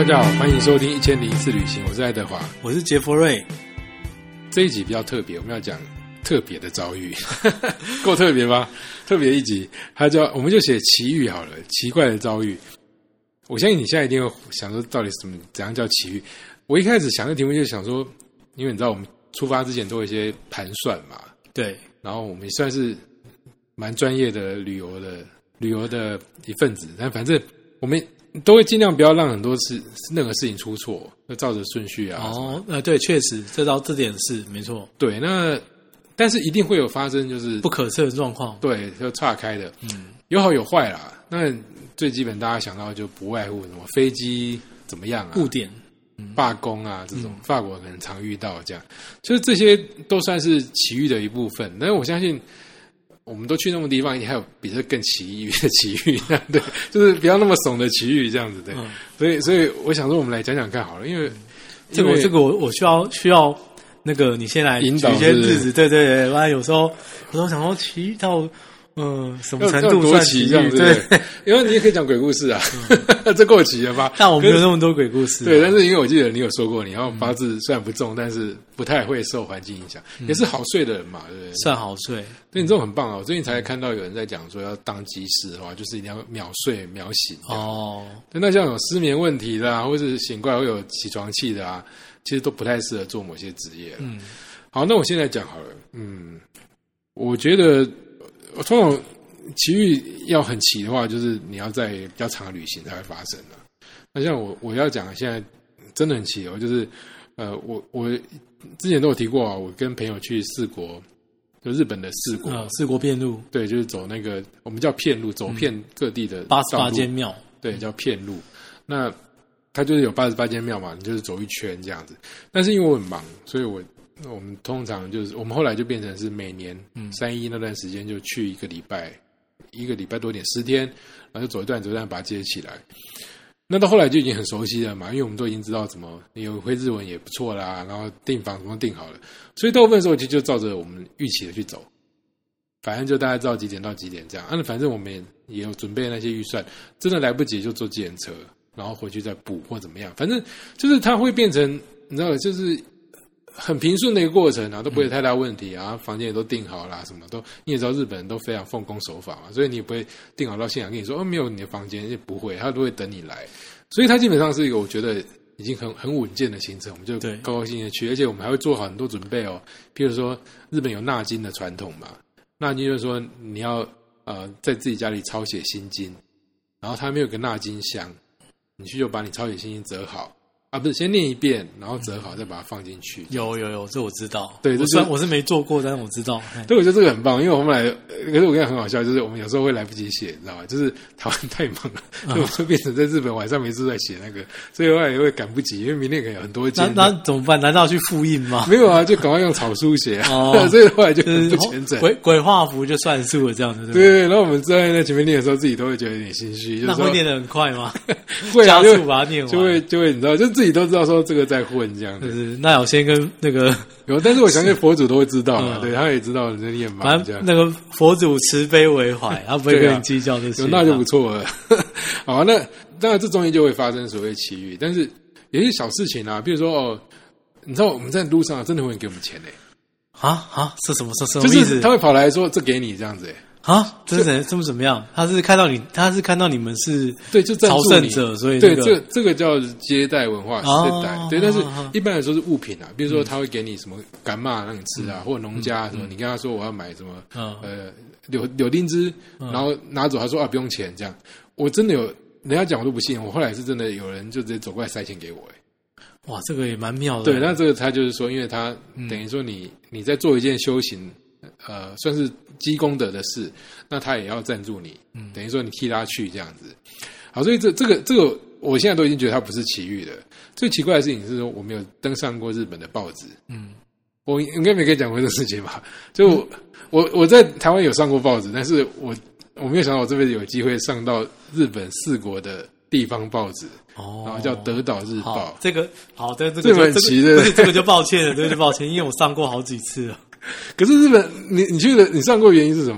大家好，欢迎收听1001次旅行，我是爱德华， 我是杰佛瑞。 这一集比较特别，我们要讲特别的遭遇，够特别吧？特别一集，我们就写奇遇好了，奇怪的遭遇。我相信你现在一定会想说，到底怎样叫奇遇？我一开始想的题目就是想说，因为你知道我们出发之前都有一些盘算嘛，对，然后我们也算是蛮专业的旅游的一份子，但反正我们都会尽量不要让很多任何事情出错，就照着顺序啊。 对，确实这点是没错。对， 但是一定会有发生就是不可测的状况， 对，就岔开的，有好有坏啦。那最基本大家想到就不外乎什么飞机怎么样啊， 误点、 罢工啊这种，法国可能常遇到这样，就是这些都算是奇遇的一部分。但是我相信我们都去那么地方，一定还有比这更奇遇的奇遇，对，就是不要那么怂的奇遇这样子，对。所以我想说，我们来讲讲看好了，因为这个我需要那个你先来引导举一些日子，对，不然有时候想说奇遇到什么程度算奇遇这样子， 对，因为你也可以讲鬼故事啊，这够奇了吧？ 但我没有那么多鬼故事， 对，但是因为我记得你有说过，你要八字虽然不重，但是不太会受环境影响，也是好睡的人嘛，对不对？ 算好睡， 对，你这种很棒哦。我最近才看到有人在讲说，要当机师的话，就是一定要秒睡秒醒哦。那像有失眠问题的啊，或是醒过来会有起床气的啊，其实都不太适合做某些职业。好，那我现在讲好了。我觉得通常奇遇要很奇的话，就是你要在比较长的旅行才会发生的。那像我要讲现在真的很奇哦，就是我之前都有提过啊，我跟朋友去四国，就日本的四国， 四国遍路， 对，就是走那个我们叫遍路，走遍各地的 88间庙， 对，叫遍路。那它就是有88间庙嘛，你就是走一圈这样子。但是因为我很忙，所以我们通常就是我们后来就变成是每年3·1那段时间就去一个礼拜多点10天，然后就走一段把它接起来。那到后来就已经很熟悉了嘛，因为我们都已经知道怎么你有会日文也不错啦，然后订房怎么订好了，所以大部分时候就照着我们预期的去走，反正就大概知道几点到几点这样。反正我们也有准备那些预算，真的来不及就坐计程车，然后回去再补或怎么样，反正就是它会变成你知道，就是很平顺的一个过程啊，都不会有太大问题啊，房间也都订好啦，什么都你也知道日本人都非常奉公守法嘛，所以你也不会订好到现场跟你说没有你的房间，也不会，他都会等你来，所以它基本上是一个我觉得已经很稳健的行程，我们就高高兴兴的去，而且我们还会做好很多准备哦，譬如说日本有纳金的传统嘛，纳金就是说你要在自己家里抄写心经，然后他们有个纳金箱，你去就把你抄写心经折好。不是先念一遍，然后折好再把它放进去。有，这我知道。对， 我是没做过，但是我知道。 对，我觉得这个很棒，因为我们可是我跟你很好笑，就是我们有时候会来不及写，你知道吗？就是台湾太忙了，所以我会变成在日本晚上没事在写那个，所以后来也会赶不及，因为明天可能有很多间。 那怎么办？难道去复印吗？ 没有啊，就赶快用草书写啊。所以后来就不全整。 鬼画符就算数了，这样子。 对，然后我们在那前面念的时候，自己都会觉得有点心虚。 那会念得很快吗？ 会啊， 加速把它念完， 就会你知道，就自己都知道说这个在混这样子。 那我先跟那个有，但是我相信佛祖都会知道嘛，对，他也知道你在念嘛，这样。 那个佛祖慈悲为怀，他不会跟你计较这些， 那就不错了。好，那当然这中间就会发生所谓奇遇，但是有些小事情啊，比如说你知道我们在路上真的会有人给我们钱是什么意思？ 就是他会跑来说这给你这样子这是怎么样？他是看到你们是对，就朝圣者，所以对这个叫接待文化接待，对，但是一般来说是物品啊，比如说他会给你什么干嘛让你吃啊，或者农家什么，你跟他说我要买什么柳丁汁，然后拿走，他说不用钱这样，我真的有人家讲我都不信，我后来是真的有人就直接走过来塞钱给我哇，这个也蛮妙的。 对，那这个他就是说，因为他等于说你在做一件修行。算是积功德的事，那他也要赞助你，等于说你替他去这样子。好，所以这个，我现在都已经觉得它不是奇遇的。最奇怪的事情是说，我没有登上过日本的报纸。我应该没跟你讲过这个事情吧？就我在台湾有上过报纸，但是我没有想到我这辈子有机会上到日本4国的地方报纸。然后叫德岛日报。这个很奇的，不是这个就抱歉了，这个就抱歉，因为我上过好几次了。 可是日本，你去了，你上过原因是什么？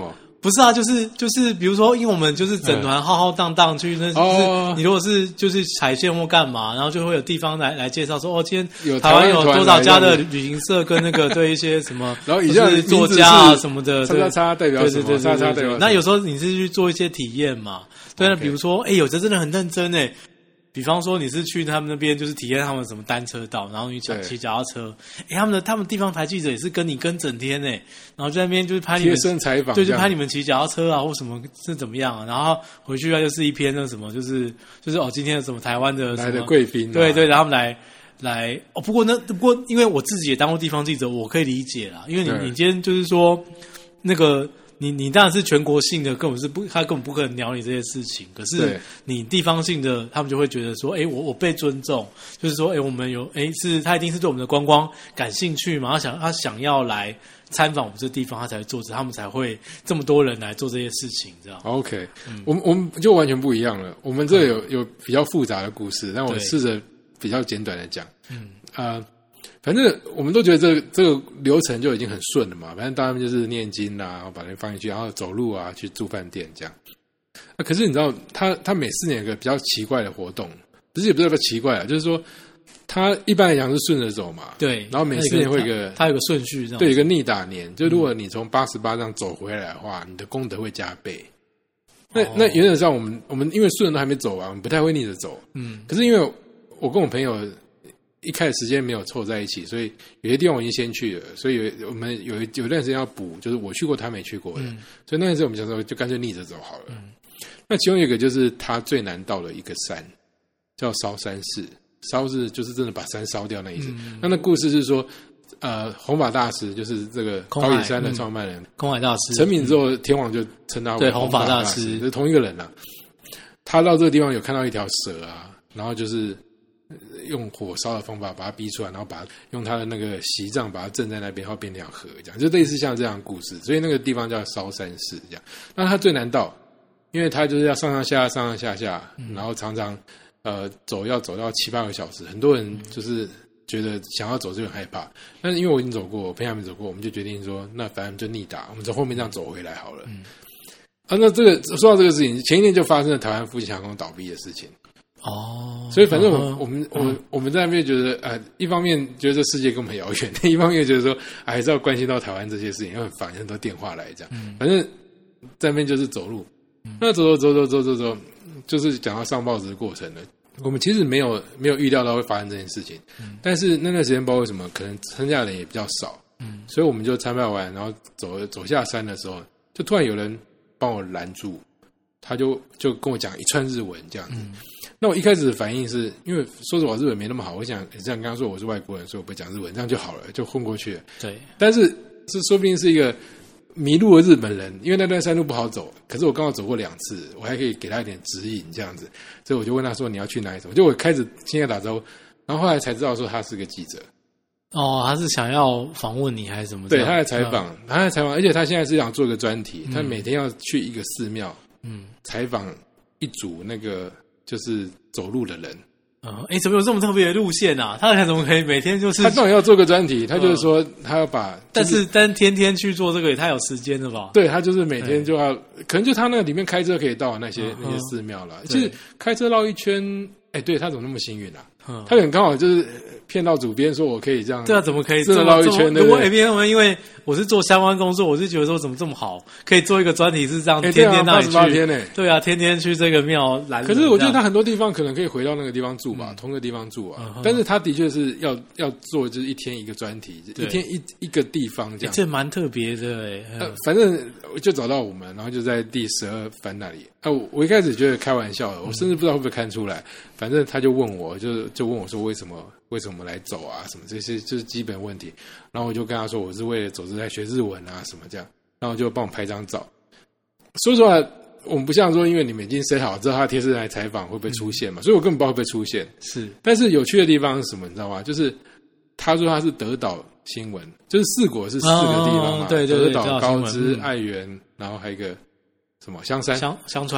不是啊，就是比如说，因为我们就是整团浩浩荡荡去，那就是你如果是就是踩线或干嘛，然后就会有地方来介绍说，今天台湾有多少家的旅行社跟那个对一些什么， 然后以下作家啊什么的， 叉叉代表什么， 对， 叉叉代表。 那有时候你是去做一些体验嘛，对，那比如说，有的真的很认真比方说你是去他们那边就是体验他们什么单车道，然后你骑脚踏车，他们地方台记者也是跟你跟整天然后在那边就是拍你们贴身采访， 对，就拍你们骑脚踏车啊或什么是怎么样啊，然后回去就是一篇那什么就是今天的什么台湾的来的贵宾， 对，然后他们来不过因为我自己也当过地方记者，我可以理解啦，因为你今天就是说那个。你当然是全国性的，他根本不可能鸟你这些事情。可是你地方性的，他们就会觉得说，我被尊重，就是说，我们有，他一定是对我们的观光感兴趣嘛，他想要来参访我们这地方，他才会做他们才会这么多人来做这些事情，这样。 OK，我们就完全不一样了。我们这有比较复杂的故事，但我试着比较简短的讲。反正我们都觉得这个流程就已经很顺了嘛，反正到他们就是念经啦，然后把人放进去，然后走路啊，去住饭店这样。可是你知道，他每4年有个比较奇怪的活动，不是比较奇怪啊，就是说他一般来讲是顺着走嘛， 对， 然后每4年会他有个顺序这样， 对，有一个逆打年，就如果你从88这样走回来的话，你的功德会加倍。那原则上我们因为顺都还没走完，我们不太会逆着走，可是因为我跟我朋友。一开始时间没有凑在一起，所以有些地方我已经先去了，所以我们有一段时间要补，就是我去过他没去过的，所以那段时间我们想说就干脆逆着走好了。那其中有一个就是他最难到的一个山，叫烧山寺，烧是就是真的把山烧掉那意思。那故事是说，弘法大师就是这个高野山的创办人， 空海大师成名之后，天皇就称他为弘法大师，是同一个人啊。他到这个地方有看到一条蛇啊，然后就是用火烧的方法把它逼出来，然后用他的那个席杖把它镇在那边，然后变成条河，这样就类似像这样的故事。所以那个地方叫烧山寺这样。那他最难到，因为他就是要上下，然后常常要走到7-8个小时，很多人就是觉得想要走就很害怕。但是因为我已经走过，我朋友还没走过，我们就决定说，那反正就逆打，我们从后面这样走回来好了。那这个说到这个事情，前一天就发生了台湾富锦航空倒闭的事情。所以反正我们在那边觉得一方面觉得这世界跟我们很遥远，一方面觉得说还是要关心到台湾这些事情，很烦，很多电话来这样。反正在那边就是走路，那走，就是讲到上报纸的过程了。我们其实没有预料到会发生这件事情，但是那段时间不知道为什么，可能参加的人也比较少，所以我们就参拜完，然后走下山的时候，就突然有人帮我拦住，他就跟我讲一串日文这样子。那我一开始的反应是因为说实话日文没那么好，我想像刚刚说我是外国人，所以我不讲日文，这样就好了，就混过去了。 对， 但是这说不定是一个迷路的日本人，因为那段山路不好走，可是我刚好走过2次，我还可以给他一点指引这样子，所以我就问他说你要去哪里什么，就我开始先要打招呼，然后后来才知道说他是个记者。 他是想要访问你还是什么？ 对，他在采访，而且他现在是想做一个专题，他每天要去一个寺庙，采访一组那个就是走路的人。 怎么有这么特别的路线啊？他怎么可以每天就是？ 他当然要做个专题，他就是说他要把， 但天天去做这个也太有时间了吧？ 对，他就是每天就要，可能就他那个里面开车可以到那些寺庙了。其实开车绕一圈，对他怎么那么幸运啊？他很刚好就是骗到主编说我可以这样， 对啊，怎么可以这么绕一圈？ 如果因为我是做相关工作，我是觉得说怎么这么好，可以做一个专题是这样，天天那里去 ，88天呢？ 对啊，天天去这个庙来。 可是我觉得他很多地方可能可以回到那个地方住吧，同个地方住啊。但是他的确是要做就是一天一个专题，一天一个地方这样。 这蛮特别的反正就找到我们，然后就在第12番那里。我一开始觉得开玩笑的，我甚至不知道会不会看出来。反正他就问我，就问我说为什么来走啊？什么这些就是基本问题。然后我就跟他说，我是为了走是在学日文啊什么这样。然后就帮我拍张照。说实话，我们不像说，因为你们已经 set 好知道他贴身来采访会不会出现嘛，所以我根本不知道会不会出现。 是，但是有趣的地方是什么？你知道吗？就是他说他是德岛新闻，就是4国是4个地方嘛， 对， 德岛、高知、爱媛，然后还有一个。什么香川、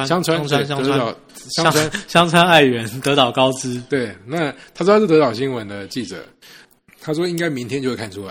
爱媛、德岛、高知。 对，那他说他是德岛新闻的记者，他说应该明天就会看出来。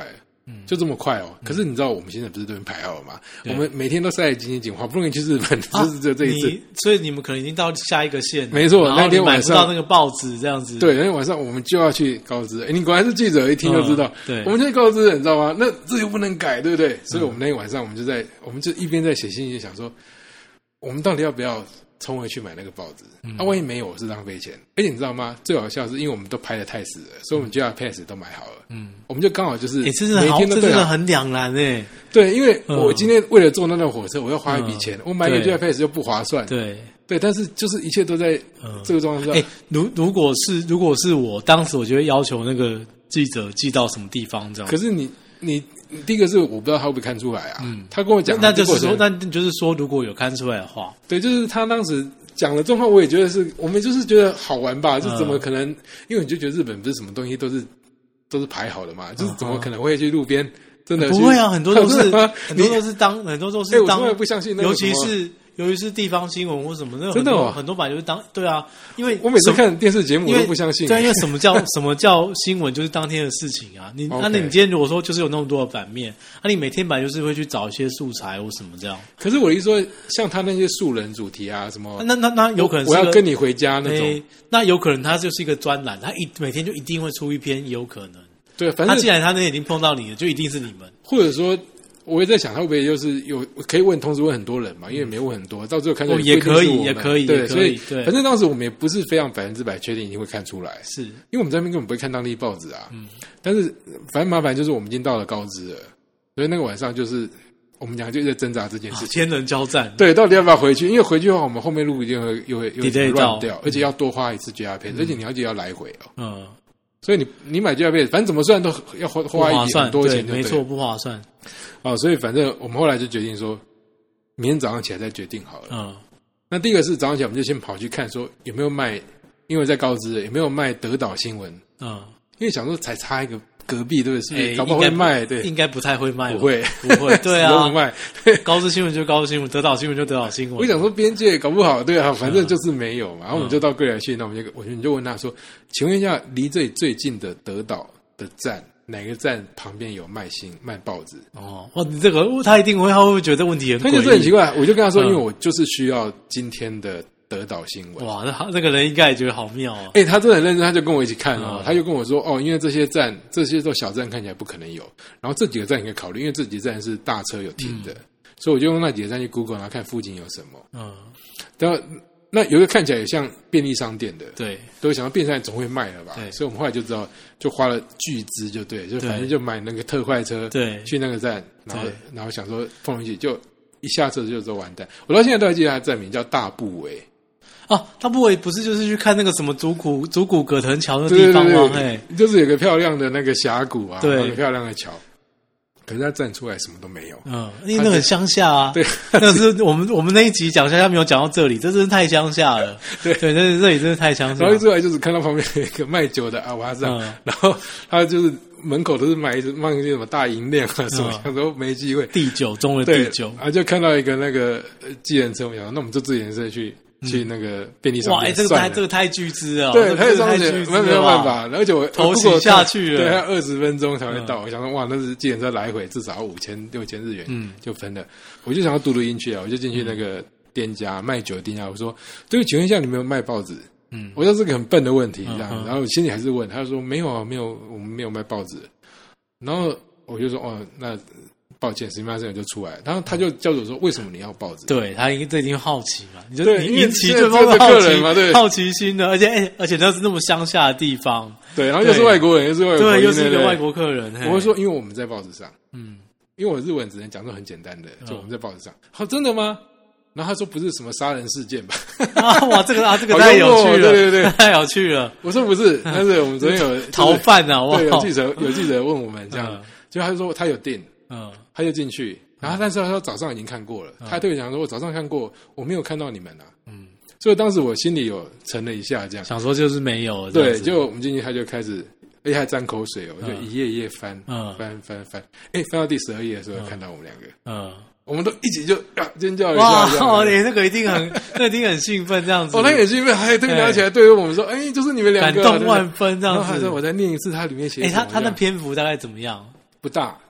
就这么快哦。可是你知道我们现在不是都已经排好了吗？我们每天都塞得紧紧紧，好不容易去日本，就是只有这一次， 所以你们可能已经到下一个线， 没错。那天晚上买不到那个报纸这样子， 对，那天晚上我们就要去高知。你果然是记者，一听就知道。 对， 我们去高知，你知道吗？那这又不能改，对不对？所以我们那天晚上，我们就一边在写信，就想说，我们到底要不要冲回去买那个报纸？万一没有，是浪费钱。而且你知道吗？最好笑的是，因为我们都拍得太死了，所以我们JR Pass 都买好了。我们就刚好就是每天都真的很两难哎。 对，因为我今天为了坐那辆火车，我要花一笔钱，我买个JR Pass 又不划算。对，但是就是一切都在这个状况下。 如果是我当时，我就会要求那个记者寄到什么地方这样。 可是你第一个是我不知道他会不会看出来啊。他跟我讲， 那就是说，如果有看出来的话， 对，就是他当时讲的状况，我也觉得是我们就是觉得好玩吧，就怎么可能？因为你就觉得日本不是什么东西都是排好的嘛，就是怎么可能会去路边真的不会啊，很多都是我从来不相信那个， 尤其是地方新闻或什么，那真的很多版就是对啊，因为我每次看电视节目我都不相信。 对，因为什么叫新闻，就是当天的事情啊。你今天如果说就是有那么多的版面，你每天版就是会去找一些素材或什么这样。 可是我一说，像他那些素人主题啊什么， 那有可能是我要跟你回家那种， 那有可能他就是一个专栏，他每天就一定会出一篇，也有可能。 对，反正他既然他那已经碰到你了，就一定是你们， 或者说。我也在想，他会不会就是可以同时问很多人嘛？因为没问很多，到最后看起来也可以， 对，所以对， 反正当时我们也不是非常100%确定一定会看出来， 是因为我们在那边根本不会看当地报纸啊。但是反正麻烦就是我们已经到了高知了，所以那个晚上就是我们俩就在挣扎这件事情， 天人交战。 对，到底要不要回去？因为回去的话，我们后面路一定会又乱掉，而且要多花一次 JR Pass，而且你要来回哦。所以你买 JR Pass，反正怎么算都要花一笔很多钱， 没错，不划算。 所以反正我们后来就决定说，明天早上起来再决定好了。那第一个是早上起来我们就先跑去看说有没有卖，因为在高知有没有卖德岛新闻。因为想说才差一个隔壁，对不对？是不是搞不好会卖？对， 应该不太会卖， 不会， 对啊， 不卖。 高知新闻就高知新闻，德岛新闻就德岛新闻。 我想说边界搞不好，对啊，反正就是没有嘛。然后我们就到贵来去，那我们就问他说：“请问一下，离这里最近的德岛的站，哪个站旁边有卖报纸？” 你这个他会不会觉得这问题很诡异？ 他就是很奇怪。我就跟他说：“因为我就是需要今天的。”德岛新闻。 哇，那个人应该也觉得好妙哦。 他真的很认真，他就跟我一起看哦，他就跟我说因为这些都小站看起来不可能有，然后这几个站你可以考虑，因为这几个站是大车有停的，所以我就用那几个站去 Google， 然后看附近有什么。然后那有一个看起来也像便利商店的，对，都想到便利商店总会卖了吧，所以我们后来就知道，就花了巨资，就对，就反正就买那个特快车，对，去那个站，然后想说放进去，就一下车就完蛋。我到现在都还记得他的站名叫大部尾。 大部尾不是就是去看那个什么竹谷葛藤桥的地方吗？ 就是有个漂亮的那个峡谷啊，对，漂亮的桥。可是他站出来什么都没有。 因为那很乡下啊。对，那是我们那一集讲乡下没有讲到这里，这真是太乡下了。对，这里真是太乡下。 然后一出来就是看到旁边有一个卖酒的阿娃上，然后他就是门口都是卖一些什么大银链啊什么，想说没机会。 地酒中的地酒， 然后就看到一个那个计程车，我想那我们就自行车去那个便利商店。 哇，这个太巨资了。 对，太巨资，没有办法。而且我头洗下去了， 对，要20分钟才会到。我想说，哇，那是计程车来回至少要5000、6000日元就分了。我就想要嘟进去啊，我就进去那个店家卖酒的店家，我说：“对，请问一下，你们有卖报纸？”我说这个很笨的问题，这样。然后我心里还是问，他说：“没有啊，没有，我们没有卖报纸。”然后我就说：“那。”抱歉，实际上就出来，然后他就叫我说：“为什么你要报纸？” 对他一定好奇嘛，你就引起对方的好奇心的，而且那是那么乡下的地方， 对，然后又是外国人，又是一个外国客人。 我会说，因为我们在报纸上，因为我日文只能讲这种很简单的，就我们在报纸上。好，真的吗？然后他说不是什么杀人事件吧？ 哇，这个太有趣了， 对， 太有趣了。 我说不是，但是我们昨天有逃犯啊， 对，有记者问我们这样，就他就说他有订。他就进去，然后但是他说早上已经看过了，他对我讲说：“我早上看过，我没有看到你们啊。”所以当时我心里有沉了一下，这样想说就是没有。 对，就我们进去，他就开始，而且还沾口水就一页一页翻，翻，翻到第12页的时候看到我们两个，我们都一起就尖叫了一下。 哇，那个一定很兴奋这样子。 他很兴奋，还特别拿起来对我们说：“就是你们两个。” 感动万分这样子。 然后我再念一次他里面写。 他的篇幅大概怎么样？ 不大，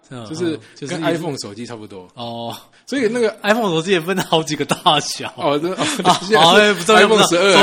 就是跟 iPhone 手机差不多哦。 所以那个 iPhone 手机也分了好几个大小哦，真的不重要 iPhone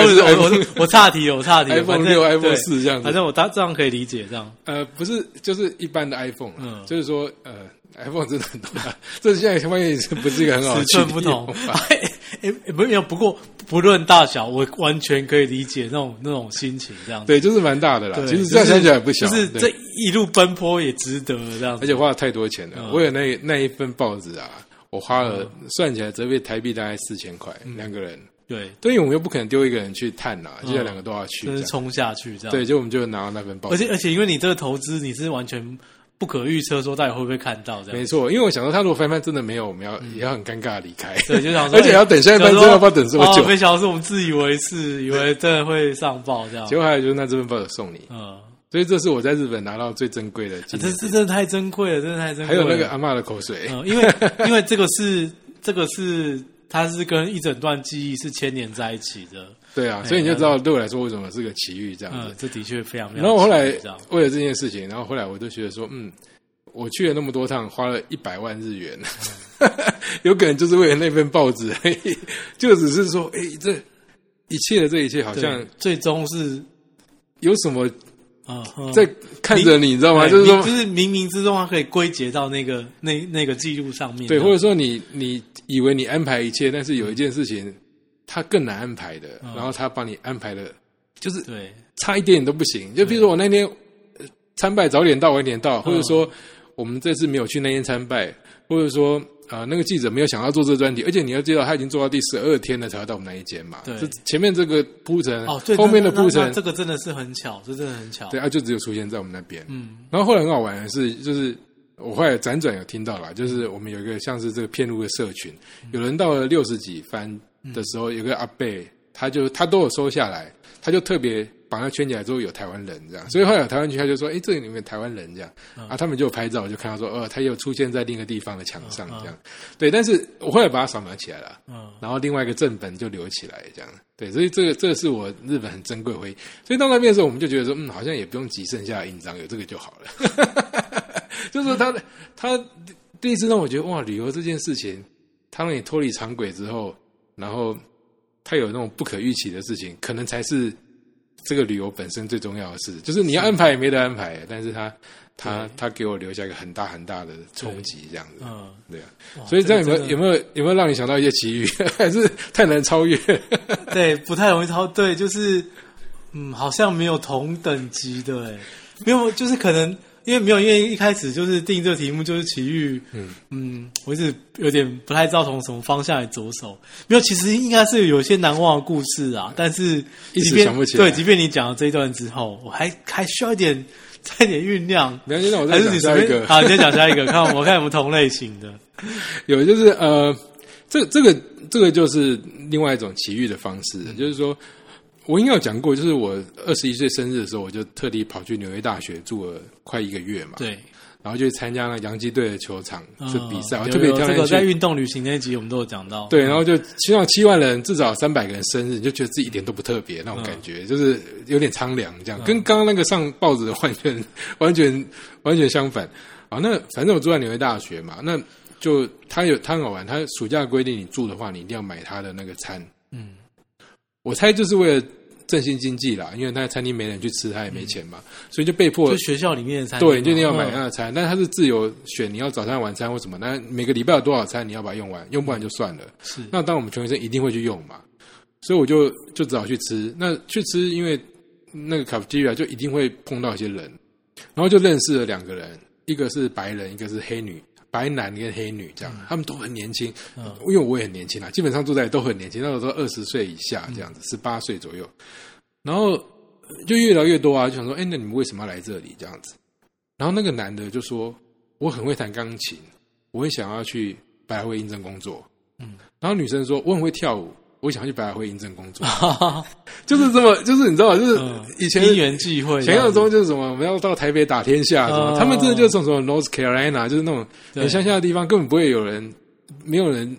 12， 我岔题了 ，iPhone 6、iPhone 4这样子， 反正我这样可以理解这样。 不是，就是一般的 iPhone，就是说iPhone 真的很多，这现在发现不是一个很好的尺寸不同。没有，不过不论大小，我完全可以理解那种心情，这样子。 对，就是蛮大的啦。其实这样想起来也不小， 就是这一路奔波也值得这样子。 而且花了太多钱了，为了那一份报纸啊，我花了算起来折合台币大概4000块，2个人。对，因为我们又不可能丢一个人去探啦，就要2个都要去， 就是冲下去这样。 对，就我们就拿到那份报纸。 而且因为你这个投资，你是完全不可预测，说到底会不会看到这样。 没错，因为我想说，他如果翻翻真的没有，我们也要很尴尬离开。 对，就想说， 而且要等下一班，真的要不要等这么久？ 没想到是我们自以为是，以为真的会上报这样。 结果还有就是那这份报纸送你，所以这是我在日本拿到最珍贵的纪念。 这真的太珍贵了，真的太珍贵了。 还有那个阿嬷的口水， 因为这个是它是跟一整段记忆是牵连在一起的。 对啊，所以你就知道对我来说为什么是个奇遇这样子。 这的确非常非常。 然后后来为了这件事情，然后后来我就觉得说，我去了那么多趟，花了100万日元，有可能就是为了那份报纸而已，就只是说，这一切好像最终是有什么在看着你知道吗？就是说， 就是冥冥之中它可以归结到那个记录上面。 对，或者说你以为你安排一切，但是有一件事情它更难安排的，然后他帮你安排的，就是差一点都不行。就比如说我那天参拜早点到晚点到，或者说我们这次没有去那天参拜，或者说那个记者没有想要做这个专题，而且你要知道他已经做到第12天了才会到我们那一间嘛。对，前面这个铺陈，后面的铺陈， 这个真的是很巧，这真的很巧。 对就只有出现在我们那边。然后后来很好玩的是，就是我后来辗转有听到啦，就是我们有一个像是这个片路的社群，有人到了60几番的时候，有个阿伯，他都有收下来，他就特别把它圈起来之后有台湾人这样，所以后来有台湾区他就说，这里面有台湾人这样他们就有拍照，就看到说，他又出现在另一个地方的墙上这样，对，但是我后来把它扫描起来了，然后另外一个正本就留起来这样，对，所以这个是我日本很珍贵的回忆，所以到那边的时候我们就觉得说，好像也不用挤剩下的印章，有这个就好了，就是说他第一次让我觉得哇，旅游这件事情，他让你脱离常轨之后，然后他有那种不可预期的事情，可能才是这个旅游本身最重要的事，就是你要安排也没得安排，但是他给我留下一个很大很大的冲击，这样子，对啊，所以这样有没有让你想到一些奇遇，还是太难超越？ 对，不太容易超，对，就是好像没有同等级的，没有，就是可能。因为一开始就是定这个题目就是奇遇，我一直有点不太知道从什么方向来着手。没有，其实应该是有些难忘的故事啊，但是一时想不起来。 对，即便你讲了这一段之后，我还需要再一点酝酿。 没关系，那我再讲下一个。 好，你先讲下一个，看有没有同类型的。 有，就是这个就是另外一种奇遇的方式，就是说。我应该有讲过，就是我21岁生日的时候，我就特地跑去纽约大学住了快1个月嘛。对，然后就参加了洋基队的球场是比赛，我特别挑战去。这个在运动旅行那一集我们都有讲到。 对，然后就希望7万人至少300个人生日，你就觉得自己一点都不特别那种感觉，就是有点苍凉这样，跟刚刚那个上报纸的完全相反。好，那反正我住在纽约大学嘛，那就他很好玩，他暑假规定你住的话，你一定要买他的那个餐。我猜就是为了振兴经济啦，因为那餐厅没人去吃，他也没钱嘛，所以就被迫就学校里面的餐厅， 对，你就一定要买他的餐，但是他是自由选你要早餐、晚餐或什么，那每个礼拜有多少餐你要把它用完，用不完就算了。是，那当我们穷学生一定会去用嘛，所以我就只好去吃。那去吃，因为那个 cafeteria 就一定会碰到一些人，然后就认识了2个人，一个是白人，一个是黑女。白男跟黑女这样，他们都很年轻，因为我也很年轻啦，基本上住在都很年轻，那时候20岁以下这样子，18岁左右，然后就越聊越多啊，就想说，那你们为什么要来这里这样子？然后那个男的就说，我很会弹钢琴，我很想要去百老汇应征工作，然后女生说，我很会跳舞，我想要去百老汇应征工作，就是这么，就是你知道吗？就是以前因缘际会， 想象中就是什么，我们要到台北打天下什么，他们真的就是从什么 North Carolina，就是那种很乡下的地方，根本不会有人，没有人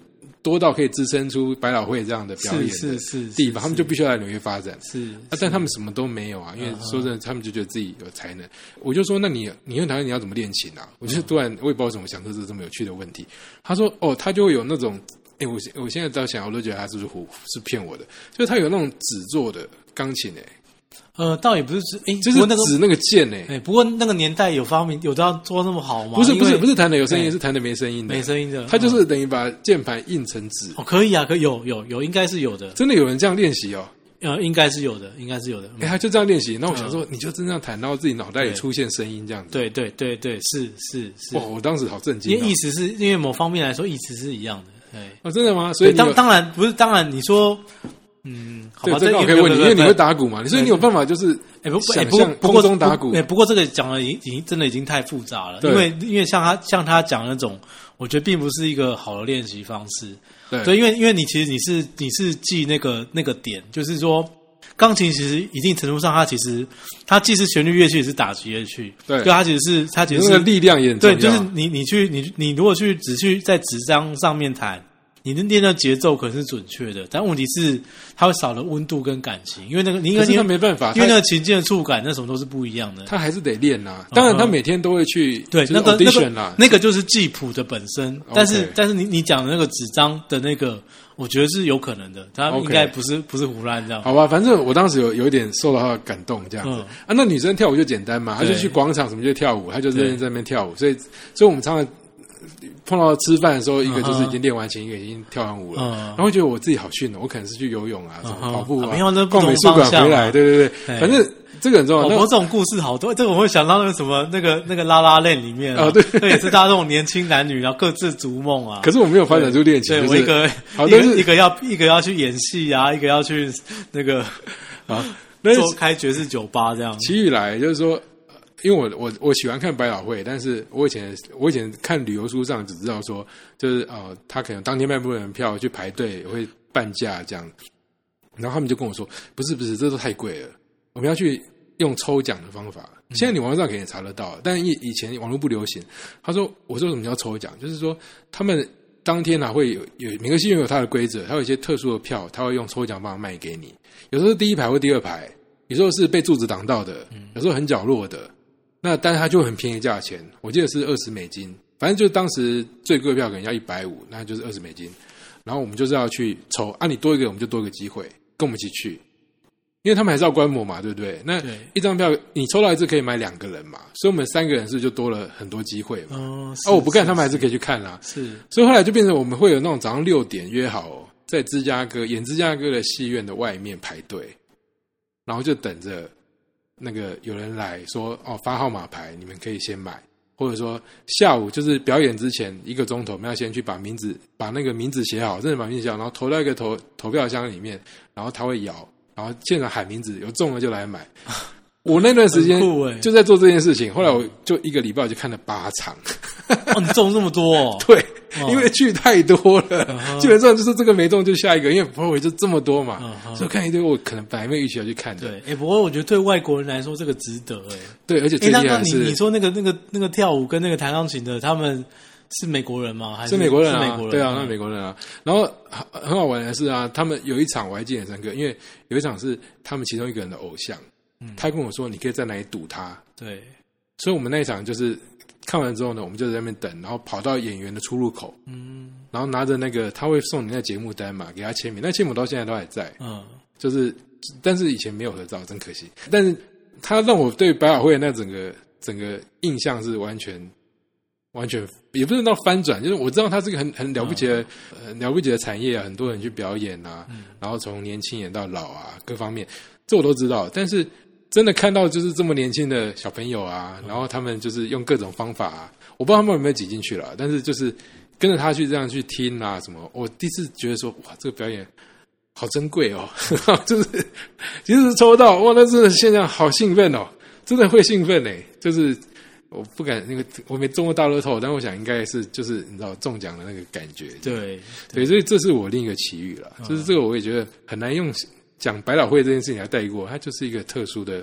多到可以支撑出百老汇这样的表演的地方，他们就必须要来纽约发展。但他们什么都没有啊，因为说真的，他们就觉得自己有才能。我就说，那你很讨厌，你要怎么练琴啊？我就突然我也不知道怎么想出这么有趣的问题。他说，他就会有那种，我现在只要想，我都觉得他是不是骗我的？就是他有那种纸做的钢琴， 倒也不是就是指那个键不过那个年代有发明有到做那么好吗？ 不是弹的有声音，是弹的没声音的。 没声音的， 他就是等于把键盘印成纸。 可以啊，可以有，应该是有的。 真的有人这样练习哦？ 应该是有的。 他就这样练习。那我想说，你就真这样弹，然后自己脑袋里出现声音这样子。 对，是。 哇，我当时好震惊。 因为意思是因为某方面来说，意思是一样的。 真的吗？所以当然不是，当然你说。好吧， 这个我可以问你，因为你会打鼓嘛，所以你有办法就是想象空中打鼓。 不过这个讲的已经太复杂了，因为像他讲的那种，我觉得并不是一个好的练习方式。对，因为你其实你是记那个点，就是说钢琴其实一定程度上，它既是旋律乐器，也是打击乐器。对，它其实是那个力量也很重要。 对，就是你如果只去在纸张上面弹。你的练的节奏可能是准确的，但问题是它会少了温度跟感情，因为可是他没办法， 因为那个琴键的触感那什么都是不一样的， 他还是得练啊。当然，他每天都会去对那个就是记谱的本身，但是你讲的那个纸张的那个，我觉得是有可能的，他应该不是胡乱这样。 好吧，反正我当时有一点受到他的感动，这样子那女生跳舞就简单嘛，她就去广场什么就跳舞，她就认真在那边跳舞，所以我们常常。碰到吃饭的时候，一个就是已经练完琴，一个已经跳完舞了，然后觉得我自己好逊哦，我可能是去游泳啊，什么跑步啊，逛美术馆回来，对，反正这个很重要。 我这种故事好多，这个我会想到那个什么那个拉拉链里面对，那也是大家这种年轻男女，然后各自逐梦啊。 可是我没有发展出练琴， 对我一个要去演戏啊，一个要去那个做开爵士酒吧这样。 其余来就是说。因为我喜欢看百老汇，但是我以前看旅游书上只知道说，就是他可能当天卖不完票去排队会半价这样，然后他们就跟我说，不是，这都太贵了，我们要去用抽奖的方法。现在你网络上可以查得到，但以前网络不流行。我说什么叫抽奖，就是说他们当天会有每个戏院有它的规则，它有一些特殊的票，他会用抽奖方法卖给你，有时候是第一排或第二排，有时候是被柱子挡到的，有时候很角落的。那但是它就很便宜价钱，我记得是$20，反正就当时最贵的票可能要$150，那就是$20。然后我们就是要去抽你多一个我们就多一个机会，跟我们一起去，因为他们还是要观摩嘛，对不对？那一张票你抽到一次可以买2个人嘛，所以我们3个人是不是就多了很多机会嘛？我不看他们还是可以去看啦。是，所以后来就变成我们会有那种早上6点约好在芝加哥的戏院的外面排队，然后就等着。那个有人来说发号码牌，你们可以先买，或者说下午就是表演之前1个钟头，我们要先去把那个名字写好，真的把名字写好，然后投到一个投票箱里面，然后他会摇，然后现场喊名字，有中了就来买。我那段时间就在做这件事情，后来我就1个礼拜我就看了8场。 你中这么多对，因为剧太多了，基本上就是这个没中就下一个，因为 Broadway 就这么多嘛，所以看一堆我可能本来没有预期要去看的。 对，不过我觉得对外国人来说这个值得对，而且最厉害是你说那个跳舞跟那个弹钢琴的，他们是美国人吗？还是美国人啊？对啊，那美国人啊。然后很好玩的是啊，他们有一场我还记得很深刻，因为有一场是他们其中一个人的偶像。他跟我说你可以在哪里堵他， 对， 所以我们那一场就是看完之后呢，我们就在那边等，然后跑到演员的出入口，然后拿着那个他会送你那节目单嘛，给他签名，那签名到现在都还在，就是但是以前没有合照，真可惜。但是他让我对百老汇那整个印象是完全也不是到翻转，就是我知道它是个很了不起的了不起的产业啊，很多人去表演啊，然后从年轻演到老啊，各方面这我都知道，但是真的看到就是这么年轻的小朋友啊，然后他们就是用各种方法啊，我不知道他们有没有挤进去了，但是就是跟着他去这样去听啊什么，我第一次觉得说哇，这个表演好珍贵哦，就是即使是抽到哇，那真的现在好兴奋哦，真的会兴奋欸，就是我不敢那个我没中过大乐透，但我想应该是就是你知道中奖的那个感觉，对，所以这是我另一个奇遇了，就是这个我也觉得很难用讲百老汇这件事情来带过，它就是一个特殊的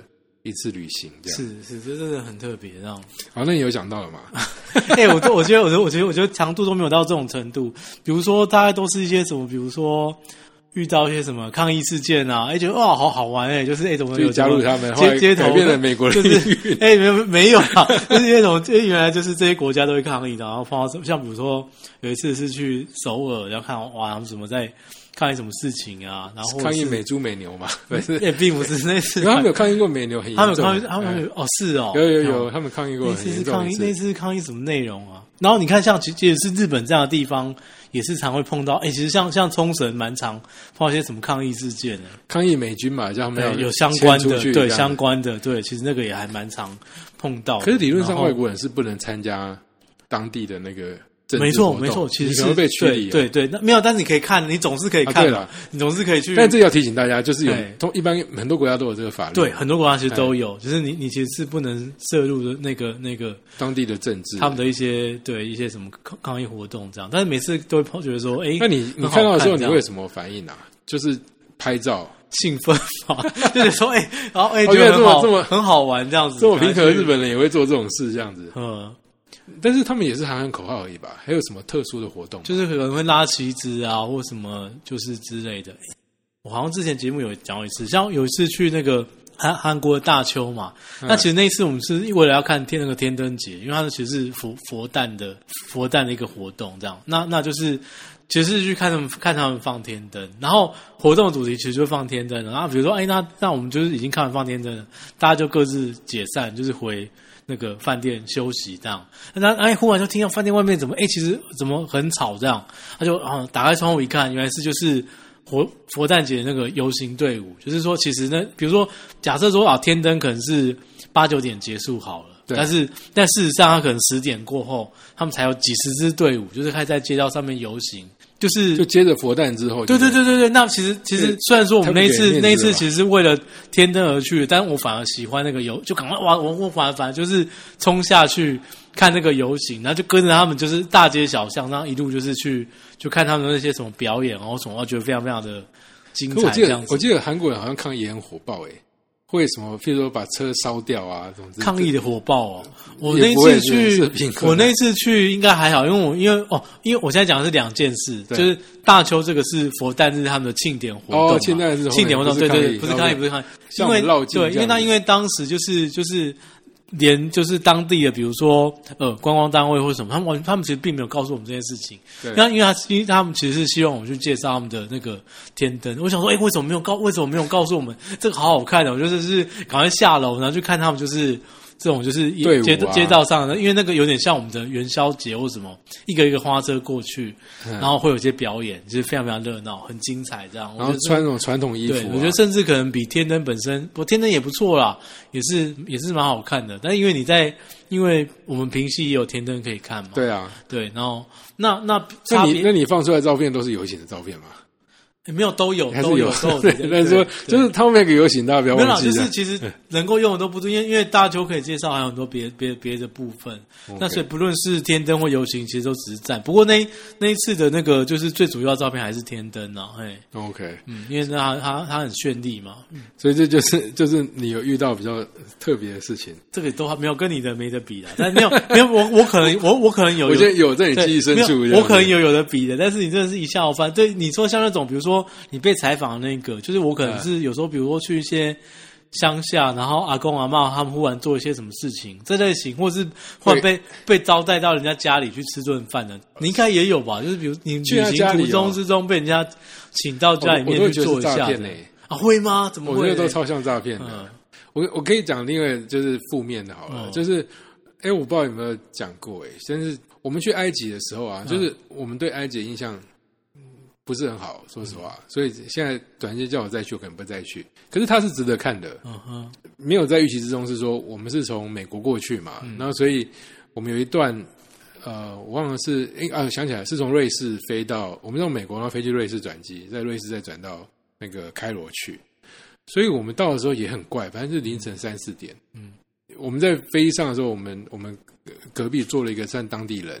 一次旅行这样。 是，这真的很特别，这样。 好，那你有讲到了吗？ 我觉得强度都没有到这种程度。比如说，大概都是一些什么，比如说遇到一些什么抗议事件啊，觉得哇，好好玩就是怎么有加入他们， 街头改变了美国的命运。没有啊，就是那种原来就是这些国家都会抗议的，然后碰到像比如说有一次是去首尔，然后看哇，他们怎么在抗议什么事情啊？然后抗议美猪美牛嘛，不是？ 也并不是那次， 他们有抗议过美牛很严重。 他们有是哦， 有，他们抗议过很严重。 那次抗议什么内容啊？然后你看，像其实是日本这样的地方，也是常会碰到。其实像冲绳蛮常碰到一些什么抗议事件的， 抗议美军嘛，叫他们有相关的，对相关的，对，其实那个也还蛮常碰到的。 可是理论上外国人是不能参加当地的那个。 没错，其实是会被驱离。 对，那没有，但是你可以看，你总是可以看嘛，你总是可以去。 但这要提醒大家，就是一般很多国家都有这个法律。 对，很多国家其实都有，就是你其实是不能涉入的那个当地的政治， 他们的一些什么抗议活动这样。但是每次都会觉得说， 那你看到的时候，你会有什么反应啊？就是拍照。 兴奋嘛，就是说，然后觉得很好玩这样子。 这么平和的日本人也会做这种事这样子。但是他们也是喊喊口号而已吧？还有什么特殊的活动？ 就是可能会拉旗子啊，或什么就是之类的。我好像之前节目有讲过一次，像有一次去那个韩国的大邱嘛，那其实那一次我们是为了要看那个天灯节，因为它其实是佛诞的一个活动，这样。那就是其实是去看他们放天灯，然后活动的主题其实就放天灯，然后比如说那我们就是已经看完放天灯了，大家就各自解散，就是回那个饭店休息这样。那忽然就听到饭店外面怎么其实怎么很吵这样，他就打开窗户一看，原来是就是佛诞节那个游行队伍，就是说其实呢，比如说假设说天灯可能是8、9点结束好了，但事实上他可能10点过后，他们才有几十支队伍，就是开始在街道上面游行。就接着佛诞之后， 对。那其实虽然说我们那一次其实是为了天灯而去，但我反而喜欢那个就赶快哇！我反而就是冲下去看那个游行，然后就跟着他们就是大街小巷，然后一路就是就看他们那些什么表演，然后什么，我觉得非常非常的精彩。 我记得韩国人好像抗议也很火爆会什么，譬如说把车烧掉啊，这种抗议的火爆我那次去应该还好，因为我现在讲的是2件事，就是大邱这个是佛诞日他们的庆典活动，庆典活动，对，不是抗议，因为当时就是连就是当地的，比如说观光单位或什么，他们其实并没有告诉我们这件事情。那因为他们其实是希望我们去介绍他们的那个天灯。我想说，为什么没有告诉我们这个好好看的？我就是赶快下楼，然后去看他们就是这种就是街道上的，因为那个有点像我们的元宵节或什么，一个一个花车过去，然后会有一些表演，就是非常非常热闹，很精彩这样。 然后穿那种传统衣服对，我觉得甚至可能比天灯本身，天灯也不错啦，也是蛮好看的。但是因为我们平溪也有天灯可以看嘛， 对啊， 对，然后那你放出来的照片都是游行的照片吗？ 没有，都有。 但是说就是他们那个游行，大家不要忘记。 就是其实能够用的都不多，因为大邱可以介绍还有很多别的部分。那所以不论是天灯或游行，其实都只是占。不过那一次的那个就是最主要的照片还是天灯啊， OK， 因为它很绚丽嘛， 所以这就是你有遇到比较特别的事情。 这个都还没有跟你的没得比的，但没有我可能有， 我觉得有在你记忆深处， 我可能有的比的，但是你真的是一下翻。对你说像那种比如说。你被采访的那个，就是我可能是有时候，比如说去一些乡下，然后阿公阿嬷他们忽然做一些什么事情，这类型，或是忽然被招待到人家家里去吃顿饭的，你应该也有吧？就是比如你旅行途中之中被人家请到家里面去做一下的会吗？怎么会？ 我觉得都超像诈骗的。我可以讲另外就是负面的好了，就是我不知道有没有讲过但是我们去埃及的时候啊，就是我们对埃及的印象不是很好，说实话，所以现在短时间叫我再去，我可能不再去。可是它是值得看的，没有在预期之中。是说我们是从美国过去嘛，然后所以我们有一段，我忘了是想起来是从瑞士飞到，我们从美国然后飞去瑞士转机，在瑞士再转到那个开罗去。所以我们到的时候也很怪，反正是凌晨3、4点。我们在飞机上的时候，我们隔壁坐了一个算当地人。